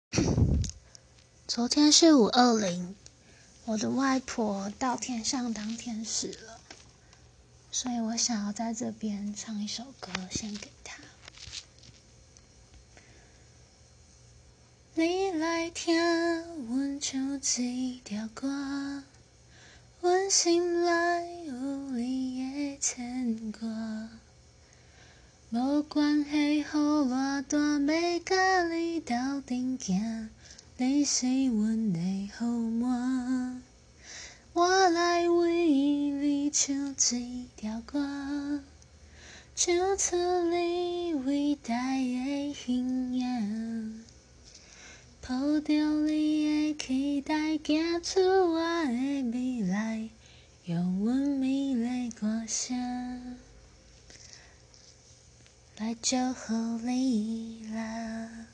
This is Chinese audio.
昨天是520，我的外婆到天上当天使了，所以我想要在这边唱一首歌献给她。你来听阮唱一条歌，阮心内有你的牵挂，无关系，予偌大要甲你斗阵行，你是阮的好满。我来为你唱一条歌，唱出你伟大的形影，抱着你的期待，走出我的未来，用阮美丽歌声来祝福你啦。